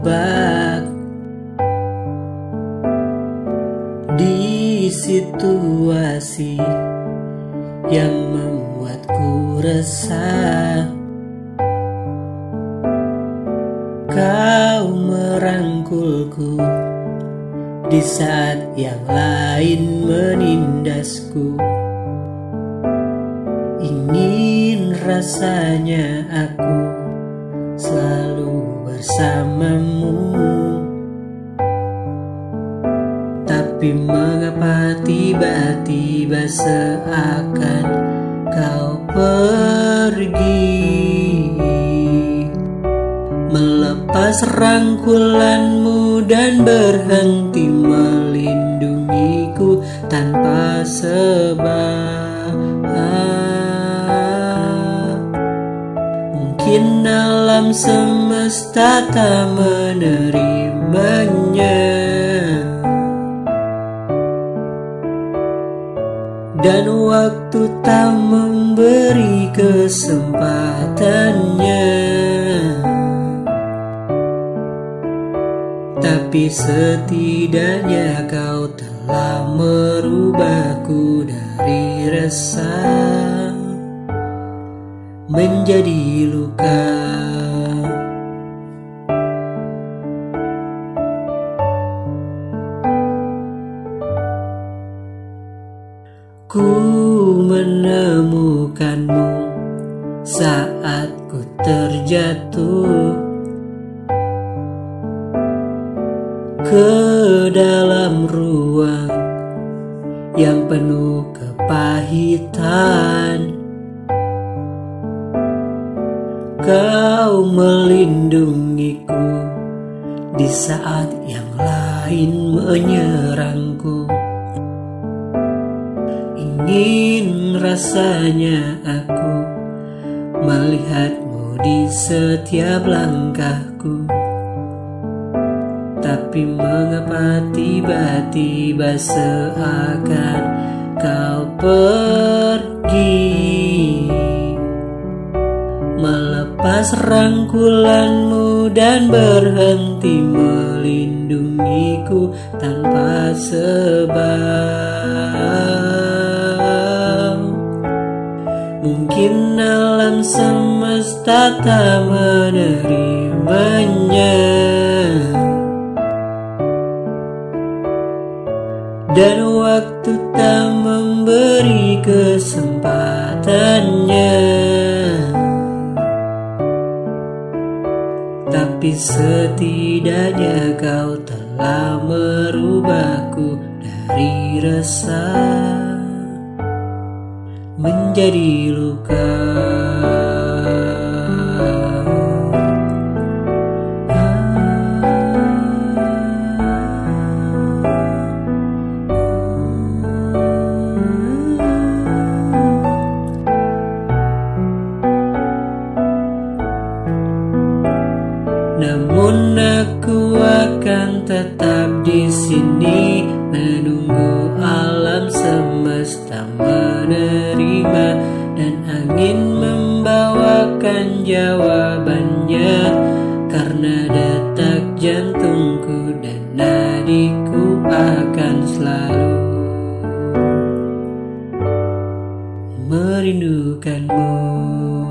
terjebak di situasi yang membuatku resah. Kau merangkulku di saat yang lain menindasku. Ingin rasanya aku selalu bersamamu, tapi mengapa tiba-tiba seakan kau pergi, melepas rangkulanmu dan berhenti melindungiku tanpa sebab. Mungkin alam semesta tak menerimanya, dan waktu tak memberi kesempatannya. Tapi setidaknya kau telah merubahku dari resah menjadi luka. Ku menemukanmu saat ku terjatuh ke dalam ruang yang penuh kepahitan. Kau melindungiku di saat yang lain menyerangku. Ingin rasanya aku melihatmu di setiap langkahku, tapi mengapa tiba-tiba seakan kau pergi, melepas rangkulanmu dan berhenti melindungiku tanpa sebab. Mungkin alam semesta tak menerimanya, dan waktu tak memberi kesempatannya. Tapi setidaknya kau telah merubahku dari resah menjadi luka. Namun aku akan tetap di sini menunggu alam semesta menerima, dan angin membawakan jawabannya, karena detak jantungku dan nadiku akan selalu merindukanmu.